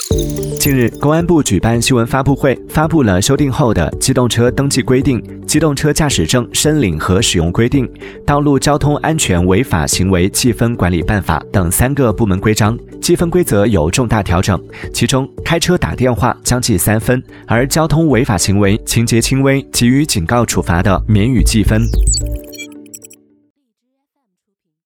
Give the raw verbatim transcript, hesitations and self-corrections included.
近日，公安部举办新闻发布会，发布了修订后的《机动车登记规定》《机动车驾驶证申领和使用规定》《道路交通安全违法行为记分管理办法》等三个部门规章，记分规则有重大调整。其中，开车打电话将记三分，而交通违法行为情节轻微，给予警告处罚的免予记分。